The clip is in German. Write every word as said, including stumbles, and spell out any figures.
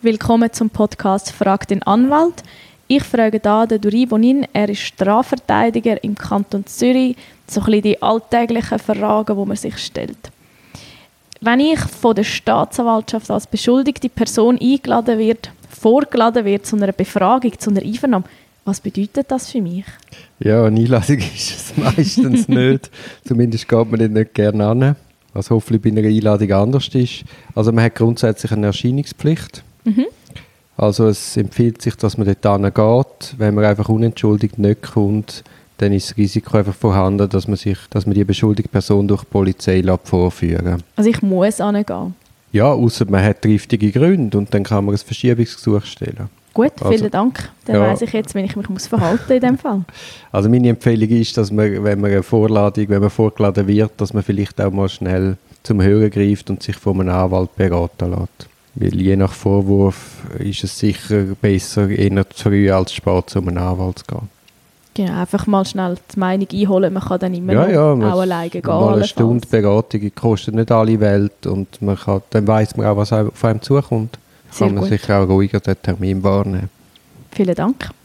Willkommen zum Podcast «Frag den Anwalt». Ich frage da den Duri Bonin, er ist Strafverteidiger im Kanton Zürich, so ein bisschen die alltäglichen Fragen, die man sich stellt. Wenn ich von der Staatsanwaltschaft als beschuldigte Person eingeladen wird, vorgeladen wird zu einer Befragung, zu einer Einvernahme, was bedeutet das für mich? Ja, eine Einladung ist es meistens nicht. Zumindest geht man nicht gerne an. Was hoffentlich bei einer Einladung anders ist. Also man hat grundsätzlich eine Erscheinungspflicht. Mhm. Also es empfiehlt sich, dass man dort hingeht. Wenn man einfach unentschuldigt nicht kommt, dann ist das Risiko einfach vorhanden, dass man, sich, dass man die beschuldigte Person durch die Polizei vorführen lässt. Also ich muss hingehen? Ja, außer man hat triftige Gründe und dann kann man ein Verschiebungsgesuch stellen. Gut, vielen also, Dank. Dann ja. weiss ich jetzt, wenn ich mich muss verhalten in diesem Fall. Also meine Empfehlung ist, dass man, wenn man eine Vorladung, wenn man vorgeladen wird, dass man vielleicht auch mal schnell zum Hören greift und sich von einem Anwalt beraten lässt. Weil je nach Vorwurf ist es sicher besser, eher zu früh als zu spät zu einem Anwalt zu gehen. Genau, einfach mal schnell die Meinung einholen. Man kann dann immer ja, ja, auch alleine gehen. Mal eine Stunde Beratung kostet nicht alle Welt und man kann, dann weiss man auch, was auf einem zukommt. Sehr kann man gut. sicher auch ruhiger den Termin wahrnehmen. Vielen Dank.